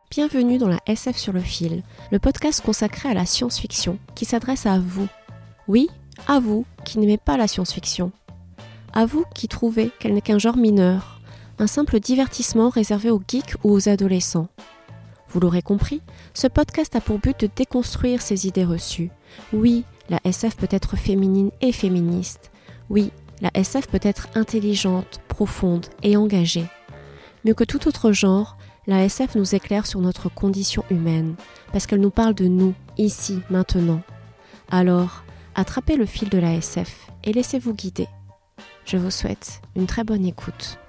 Bienvenue dans la SF sur le fil, le podcast consacré à la science-fiction qui s'adresse à vous. Oui, à vous qui n'aimez pas la science-fiction. À vous qui trouvez qu'elle n'est qu'un genre mineur, un simple divertissement réservé aux geeks ou aux adolescents. Vous l'aurez compris, ce podcast a pour but de déconstruire ces idées reçues. Oui, la SF peut être féminine et féministe. Oui, la SF peut être intelligente, profonde et engagée. Mieux que tout autre genre, la SF nous éclaire sur notre condition humaine, parce qu'elle nous parle de nous, ici, maintenant. Alors, attrapez le fil de la SF et laissez-vous guider. Je vous souhaite une très bonne écoute.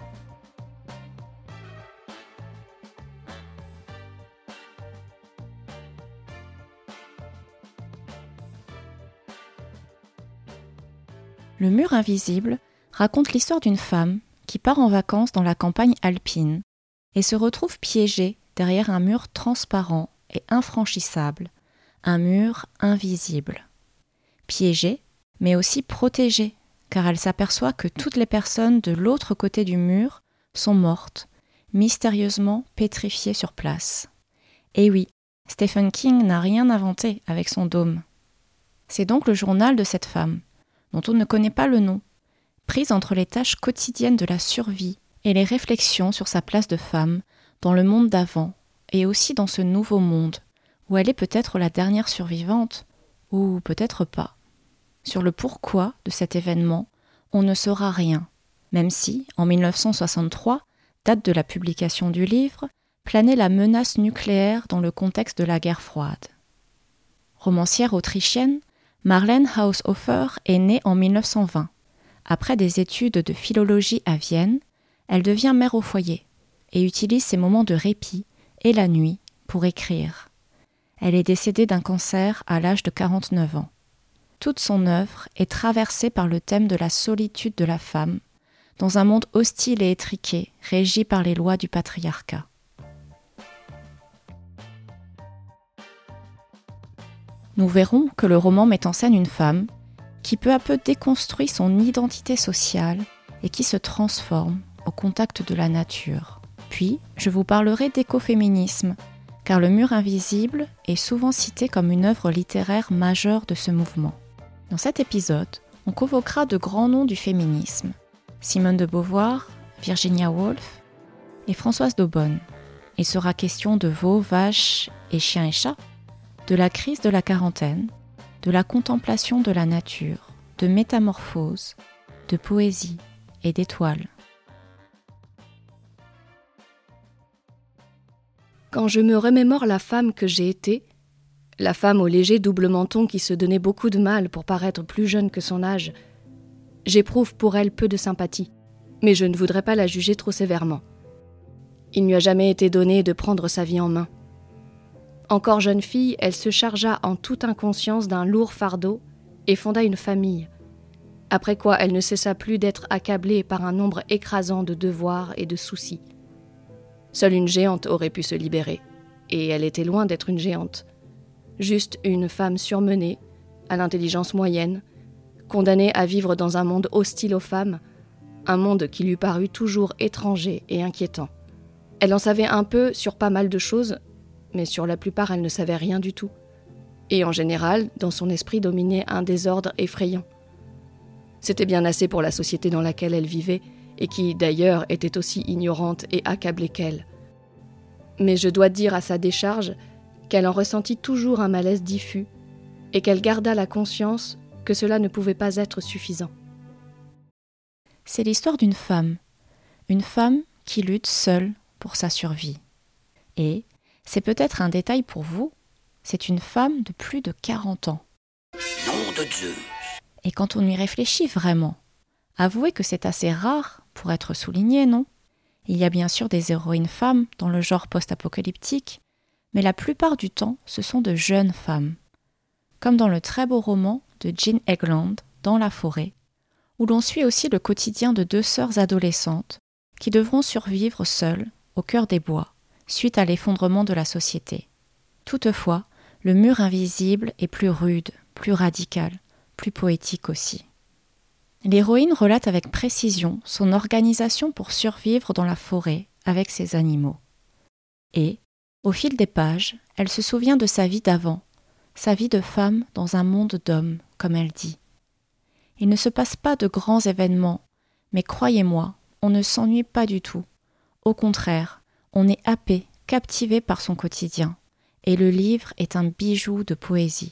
Le mur invisible raconte l'histoire d'une femme qui part en vacances dans la campagne alpine et se retrouve piégée derrière un mur transparent et infranchissable, un mur invisible. Piégée, mais aussi protégée, car elle s'aperçoit que toutes les personnes de l'autre côté du mur sont mortes, mystérieusement pétrifiées sur place. Et oui, Stephen King n'a rien inventé avec son dôme. C'est donc le journal de cette femme, dont on ne connaît pas le nom, prise entre les tâches quotidiennes de la survie et les réflexions sur sa place de femme dans le monde d'avant et aussi dans ce nouveau monde où elle est peut-être la dernière survivante ou peut-être pas. Sur le pourquoi de cet événement, on ne saura rien, même si, en 1963, date de la publication du livre, planait la menace nucléaire dans le contexte de la guerre froide. Romancière autrichienne, Marlene Haushofer est née en 1920. Après des études de philologie à Vienne, elle devient mère au foyer et utilise ses moments de répit et la nuit pour écrire. Elle est décédée d'un cancer à l'âge de 49 ans. Toute son œuvre est traversée par le thème de la solitude de la femme, dans un monde hostile et étriqué, régi par les lois du patriarcat. Nous verrons que le roman met en scène une femme qui peu à peu déconstruit son identité sociale et qui se transforme au contact de la nature. Puis, je vous parlerai d'écoféminisme, car Le mur invisible est souvent cité comme une œuvre littéraire majeure de ce mouvement. Dans cet épisode, on convoquera de grands noms du féminisme, Simone de Beauvoir, Virginia Woolf et Françoise d'Aubonne. Il sera question de veaux, vaches et chiens et chats, de la crise de la quarantaine, de la contemplation de la nature, de métamorphose, de poésie et d'étoiles. Quand je me remémore la femme que j'ai été, la femme au léger double menton qui se donnait beaucoup de mal pour paraître plus jeune que son âge, j'éprouve pour elle peu de sympathie, mais je ne voudrais pas la juger trop sévèrement. Il ne lui a jamais été donné de prendre sa vie en main. Encore jeune fille, elle se chargea en toute inconscience d'un lourd fardeau et fonda une famille, après quoi elle ne cessa plus d'être accablée par un nombre écrasant de devoirs et de soucis. Seule une géante aurait pu se libérer, et elle était loin d'être une géante. Juste une femme surmenée, à l'intelligence moyenne, condamnée à vivre dans un monde hostile aux femmes, un monde qui lui parut toujours étranger et inquiétant. Elle en savait un peu sur pas mal de choses, mais sur la plupart elle ne savait rien du tout. Et en général, dans son esprit dominait un désordre effrayant. C'était bien assez pour la société dans laquelle elle vivait, et qui, d'ailleurs, était aussi ignorante et accablée qu'elle. Mais je dois dire à sa décharge qu'elle en ressentit toujours un malaise diffus, et qu'elle garda la conscience que cela ne pouvait pas être suffisant. C'est l'histoire d'une femme qui lutte seule pour sa survie. Et, c'est peut-être un détail pour vous, c'est une femme de plus de 40 ans. Nom de Dieu. Et quand on y réfléchit vraiment, avouez que c'est assez rare pour être souligné, non ? Il y a bien sûr des héroïnes femmes dans le genre post-apocalyptique, mais la plupart du temps, ce sont de jeunes femmes. Comme dans le très beau roman de Jean Egland, Dans la forêt, où l'on suit aussi le quotidien de deux sœurs adolescentes qui devront survivre seules au cœur des bois, suite à l'effondrement de la société. Toutefois, le mur invisible est plus rude, plus radical, plus poétique aussi. L'héroïne relate avec précision son organisation pour survivre dans la forêt avec ses animaux. Et, Au fil des pages, elle se souvient de sa vie d'avant, sa vie de femme dans un monde d'hommes, comme elle dit. Il ne se passe pas de grands événements, mais croyez-moi, on ne s'ennuie pas du tout. Au contraire, on est happé, captivé par son quotidien, et le livre est un bijou de poésie.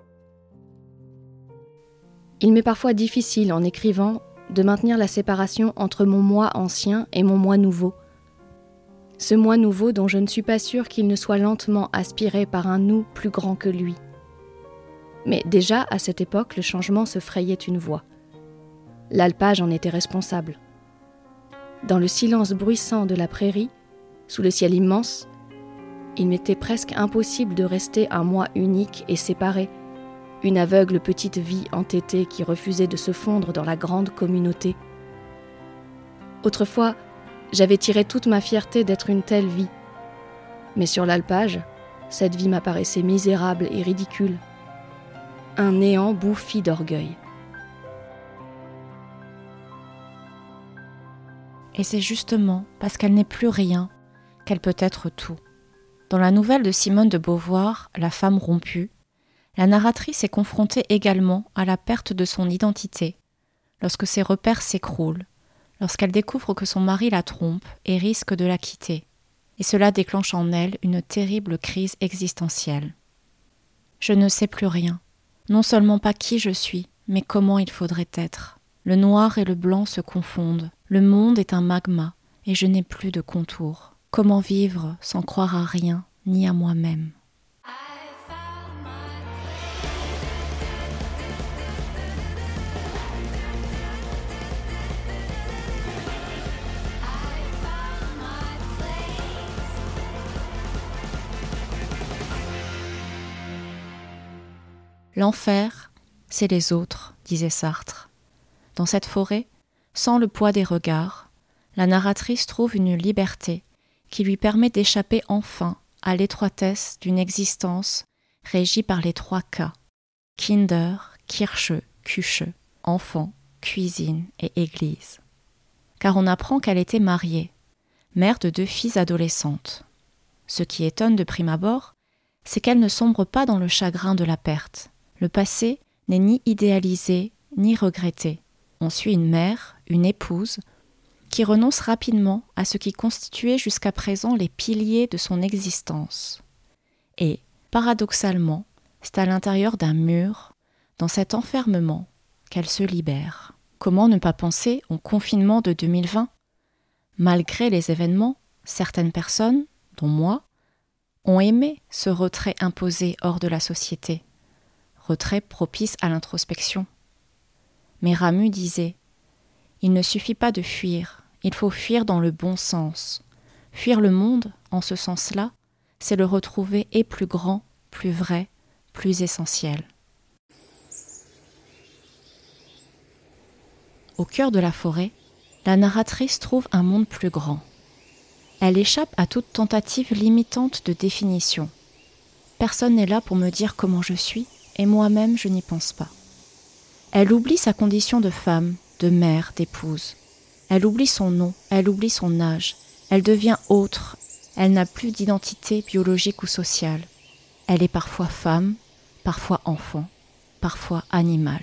Il m'est parfois difficile, en écrivant, de maintenir la séparation entre mon moi ancien et mon moi nouveau. Ce moi nouveau dont je ne suis pas sûre qu'il ne soit lentement aspiré par un nous plus grand que lui. Mais déjà, à cette époque, le changement se frayait une voie. L'alpage en était responsable. Dans le silence bruissant de la prairie, sous le ciel immense, il m'était presque impossible de rester un moi unique et séparé, une aveugle petite vie entêtée qui refusait de se fondre dans la grande communauté. Autrefois, j'avais tiré toute ma fierté d'être une telle vie. Mais sur l'alpage, cette vie m'apparaissait misérable et ridicule. Un néant bouffi d'orgueil. Et c'est justement parce qu'elle n'est plus rien qu'elle peut être tout. Dans la nouvelle de Simone de Beauvoir, La femme rompue, la narratrice est confrontée également à la perte de son identité, lorsque ses repères s'écroulent, lorsqu'elle découvre que son mari la trompe et risque de la quitter. Et cela déclenche en elle une terrible crise existentielle. Je ne sais plus rien, non seulement pas qui je suis, mais comment il faudrait être. Le noir et le blanc se confondent, le monde est un magma, et je n'ai plus de contour. Comment vivre sans croire à rien, ni à moi-même ? L'enfer, c'est les autres, disait Sartre. Dans cette forêt, sans le poids des regards, la narratrice trouve une liberté qui lui permet d'échapper enfin à l'étroitesse d'une existence régie par les 3 K, Kinder, Kirche, Küche, enfant, cuisine et église. Car on apprend qu'elle était mariée, mère de 2 filles adolescentes. Ce qui étonne de prime abord, c'est qu'elle ne sombre pas dans le chagrin de la perte. Le passé n'est ni idéalisé ni regretté. On suit une mère, une épouse, qui renonce rapidement à ce qui constituait jusqu'à présent les piliers de son existence. Et, paradoxalement, c'est à l'intérieur d'un mur, dans cet enfermement, qu'elle se libère. Comment ne pas penser au confinement de 2020 ? Malgré les événements, certaines personnes, dont moi, ont aimé ce retrait imposé hors de la société. Retrait propice à l'introspection. Mais Ramu disait « Il ne suffit pas de fuir, il faut fuir dans le bon sens. Fuir le monde, en ce sens-là, c'est le retrouver et plus grand, plus vrai, plus essentiel. » Au cœur de la forêt, la narratrice trouve un monde plus grand. Elle échappe à toute tentative limitante de définition. Personne n'est là pour me dire comment je suis, et moi-même je n'y pense pas. Elle oublie sa condition de femme, de mère, d'épouse. Elle oublie son nom, elle oublie son âge. Elle devient autre. Elle n'a plus d'identité biologique ou sociale. Elle est parfois femme, parfois enfant, parfois animal.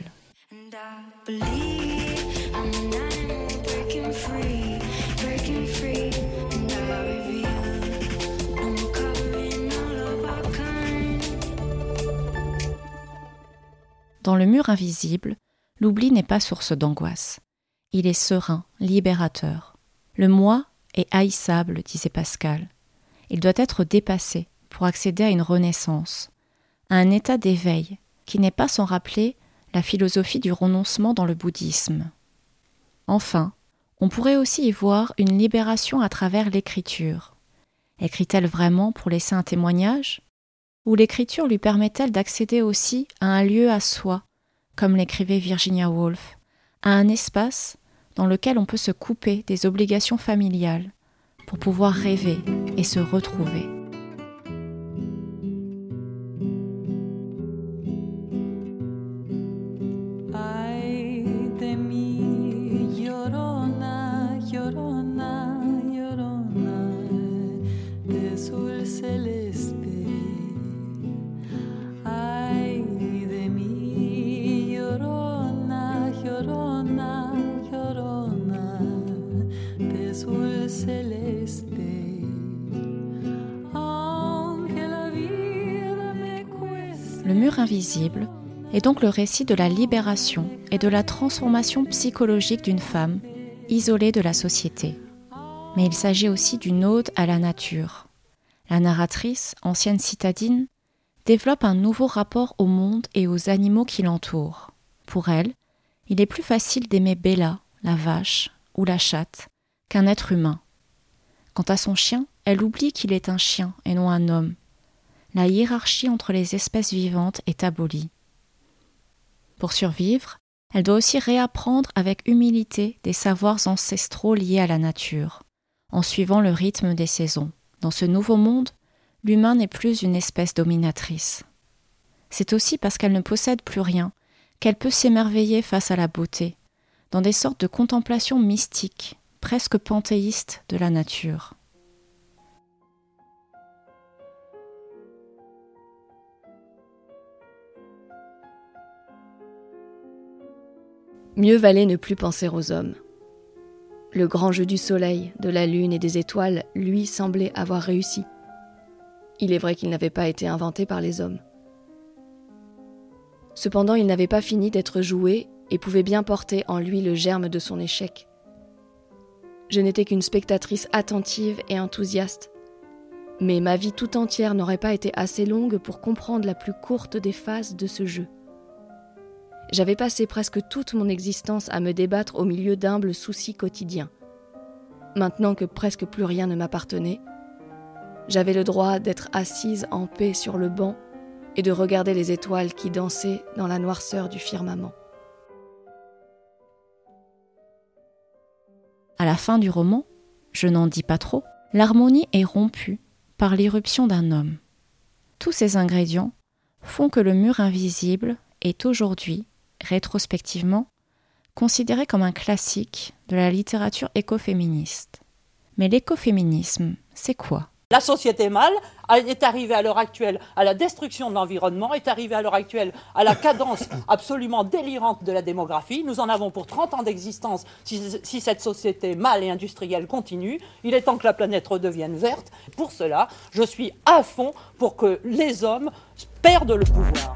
Dans le mur invisible, l'oubli n'est pas source d'angoisse. Il est serein, libérateur. Le moi est haïssable, disait Pascal. Il doit être dépassé pour accéder à une renaissance, à un état d'éveil qui n'est pas sans rappeler la philosophie du renoncement dans le bouddhisme. Enfin, on pourrait aussi y voir une libération à travers l'écriture. Écrit-elle vraiment pour laisser un témoignage ? Ou l'écriture lui permet-elle d'accéder aussi à un lieu à soi, comme l'écrivait Virginia Woolf, à un espace dans lequel on peut se couper des obligations familiales pour pouvoir rêver et se retrouver. azul celeste. Ay de mí, llorona, llorona, llorona, de azul celeste. Aunque la vida me cueste. Le mur invisible est donc le récit de la libération et de la transformation psychologique d'une femme isolée de la société. Mais il s'agit aussi d'une ode à la nature. La narratrice, ancienne citadine, développe un nouveau rapport au monde et aux animaux qui l'entourent. Pour elle, il est plus facile d'aimer Bella, la vache, ou la chatte, qu'un être humain. Quant à son chien, elle oublie qu'il est un chien et non un homme. La hiérarchie entre les espèces vivantes est abolie. Pour survivre, elle doit aussi réapprendre avec humilité des savoirs ancestraux liés à la nature, en suivant le rythme des saisons. Dans ce nouveau monde, l'humain n'est plus une espèce dominatrice. C'est aussi parce qu'elle ne possède plus rien qu'elle peut s'émerveiller face à la beauté, dans des sortes de contemplation mystique, presque panthéiste de la nature. Mieux valait ne plus penser aux hommes. Le grand jeu du soleil, de la lune et des étoiles, lui, semblait avoir réussi. Il est vrai qu'il n'avait pas été inventé par les hommes. Cependant, il n'avait pas fini d'être joué et pouvait bien porter en lui le germe de son échec. Je n'étais qu'une spectatrice attentive et enthousiaste, mais ma vie tout entière n'aurait pas été assez longue pour comprendre la plus courte des phases de ce jeu. J'avais passé presque toute mon existence à me débattre au milieu d'humbles soucis quotidiens. Maintenant que presque plus rien ne m'appartenait, j'avais le droit d'être assise en paix sur le banc et de regarder les étoiles qui dansaient dans la noirceur du firmament. À la fin du roman, je n'en dis pas trop, l'harmonie est rompue par l'irruption d'un homme. Tous ces ingrédients font que le mur invisible est aujourd'hui, rétrospectivement, considéré comme un classique de la littérature écoféministe. Mais l'écoféminisme, c'est quoi ? La société mâle est arrivée à l'heure actuelle à la destruction de l'environnement, est arrivée à l'heure actuelle à la cadence absolument délirante de la démographie. Nous en avons pour 30 ans d'existence si cette société mâle et industrielle continue. Il est temps que la planète redevienne verte. Pour cela, je suis à fond pour que les hommes perdent le pouvoir.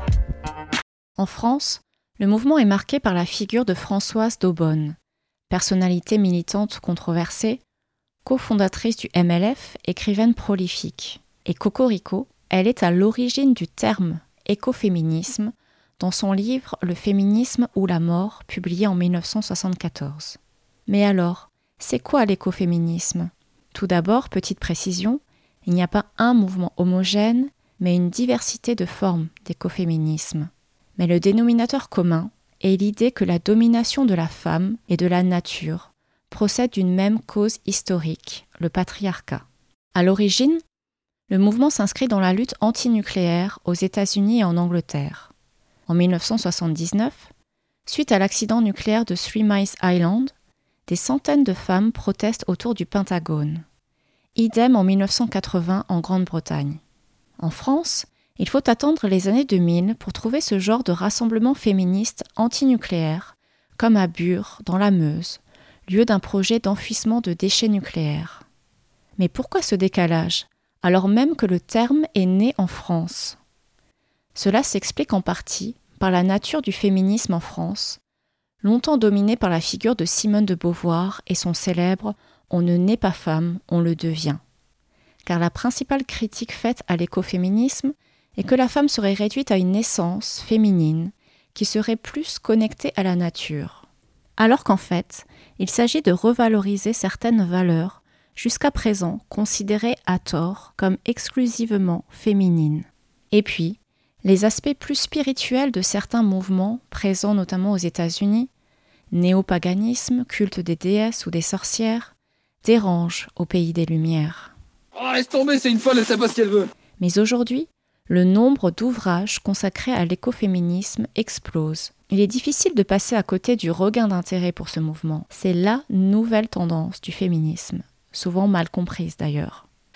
En France, le mouvement est marqué par la figure de Françoise d'Aubonne, personnalité militante controversée, cofondatrice du MLF, écrivaine prolifique. Et cocorico, elle est à l'origine du terme écoféminisme dans son livre « Le féminisme ou la mort » publié en 1974. Mais alors, c'est quoi l'écoféminisme ? Tout d'abord, petite précision, il n'y a pas un mouvement homogène, mais une diversité de formes d'écoféminisme. Mais le dénominateur commun est l'idée que la domination de la femme et de la nature procède d'une même cause historique, le patriarcat. À l'origine, le mouvement s'inscrit dans la lutte antinucléaire aux États-Unis et en Angleterre. En 1979, suite à l'accident nucléaire de Three Mile Island, des centaines de femmes protestent autour du Pentagone. Idem en 1980 en Grande-Bretagne. En France, il faut attendre les années 2000 pour trouver ce genre de rassemblement féministe antinucléaire, comme à Bure, dans la Meuse, lieu d'un projet d'enfouissement de déchets nucléaires. Mais pourquoi ce décalage, alors même que le terme est né en France ? Cela s'explique en partie par la nature du féminisme en France, longtemps dominée par la figure de Simone de Beauvoir et son célèbre « On ne naît pas femme, on le devient ». Car la principale critique faite à l'écoféminisme est que la femme serait réduite à une naissance féminine qui serait plus connectée à la nature. Alors qu'en fait, il s'agit de revaloriser certaines valeurs jusqu'à présent considérées à tort comme exclusivement féminines. Et puis, les aspects plus spirituels de certains mouvements présents notamment aux États-Unis, néopaganisme, culte des déesses ou des sorcières, dérangent au pays des Lumières. Oh, laisse tomber, c'est une folle, elle sait pas ce qu'elle veut. Mais aujourd'hui, le nombre d'ouvrages consacrés à l'écoféminisme explose. Il est difficile de passer à côté du regain d'intérêt pour ce mouvement. C'est la nouvelle tendance du féminisme, souvent mal comprise d'ailleurs.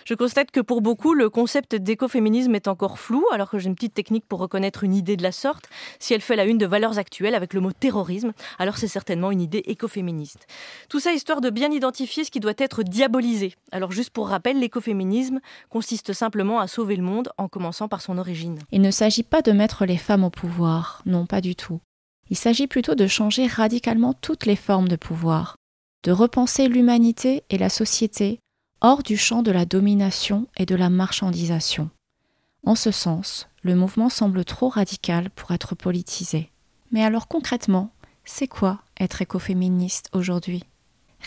Je constate que pour beaucoup, le concept d'écoféminisme est encore flou, alors que j'ai une petite technique pour reconnaître une idée de la sorte. Si elle fait la une de Valeurs Actuelles avec le mot terrorisme, alors c'est certainement une idée écoféministe. Tout ça histoire de bien identifier ce qui doit être diabolisé. Alors juste pour rappel, l'écoféminisme consiste simplement à sauver le monde en commençant par son origine. Il ne s'agit pas de mettre les femmes au pouvoir, non pas du tout. Il s'agit plutôt de changer radicalement toutes les formes de pouvoir, de repenser l'humanité et la société hors du champ de la domination et de la marchandisation. En ce sens, le mouvement semble trop radical pour être politisé. Mais alors concrètement, c'est quoi être écoféministe aujourd'hui ? Résister ?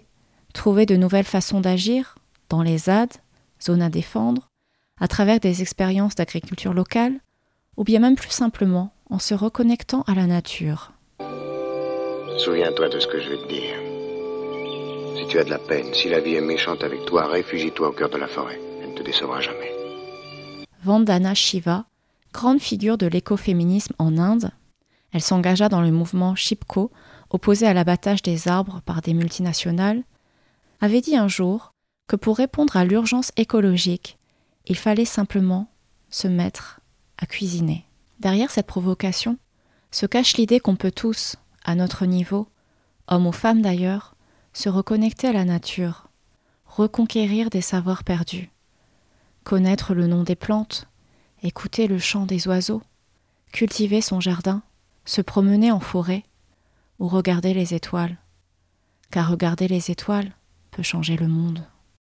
Trouver de nouvelles façons d'agir dans les ZAD, zones à défendre, à travers des expériences d'agriculture locale, ou bien même plus simplement en se reconnectant à la nature. Souviens-toi de ce que je vais te dire. Si tu as de la peine, si la vie est méchante avec toi, réfugie-toi au cœur de la forêt. Elle ne te décevra jamais. Vandana Shiva, grande figure de l'écoféminisme en Inde, elle s'engagea dans le mouvement Chipko, opposé à l'abattage des arbres par des multinationales, avait dit un jour que pour répondre à l'urgence écologique, il fallait simplement se mettre à cuisiner. Derrière cette provocation se cache l'idée qu'on peut tous, à notre niveau, hommes ou femmes d'ailleurs, se reconnecter à la nature, reconquérir des savoirs perdus, connaître le nom des plantes, écouter le chant des oiseaux, cultiver son jardin, se promener en forêt ou regarder les étoiles. Car regarder les étoiles peut changer le monde.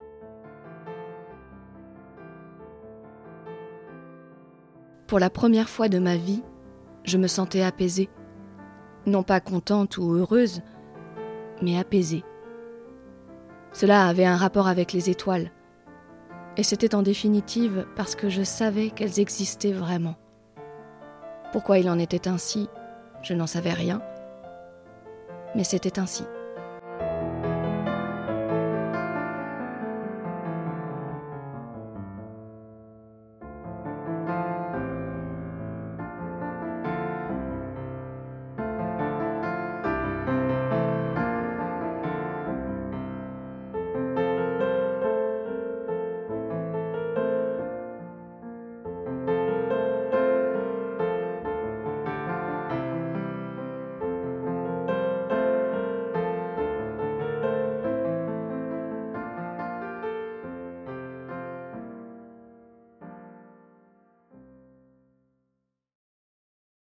Pour la première fois de ma vie, je me sentais apaisée. Non pas contente ou heureuse, mais apaisée. Cela avait un rapport avec les étoiles. Et c'était en définitive parce que je savais qu'elles existaient vraiment. Pourquoi il en était ainsi, je n'en savais rien. Mais c'était ainsi.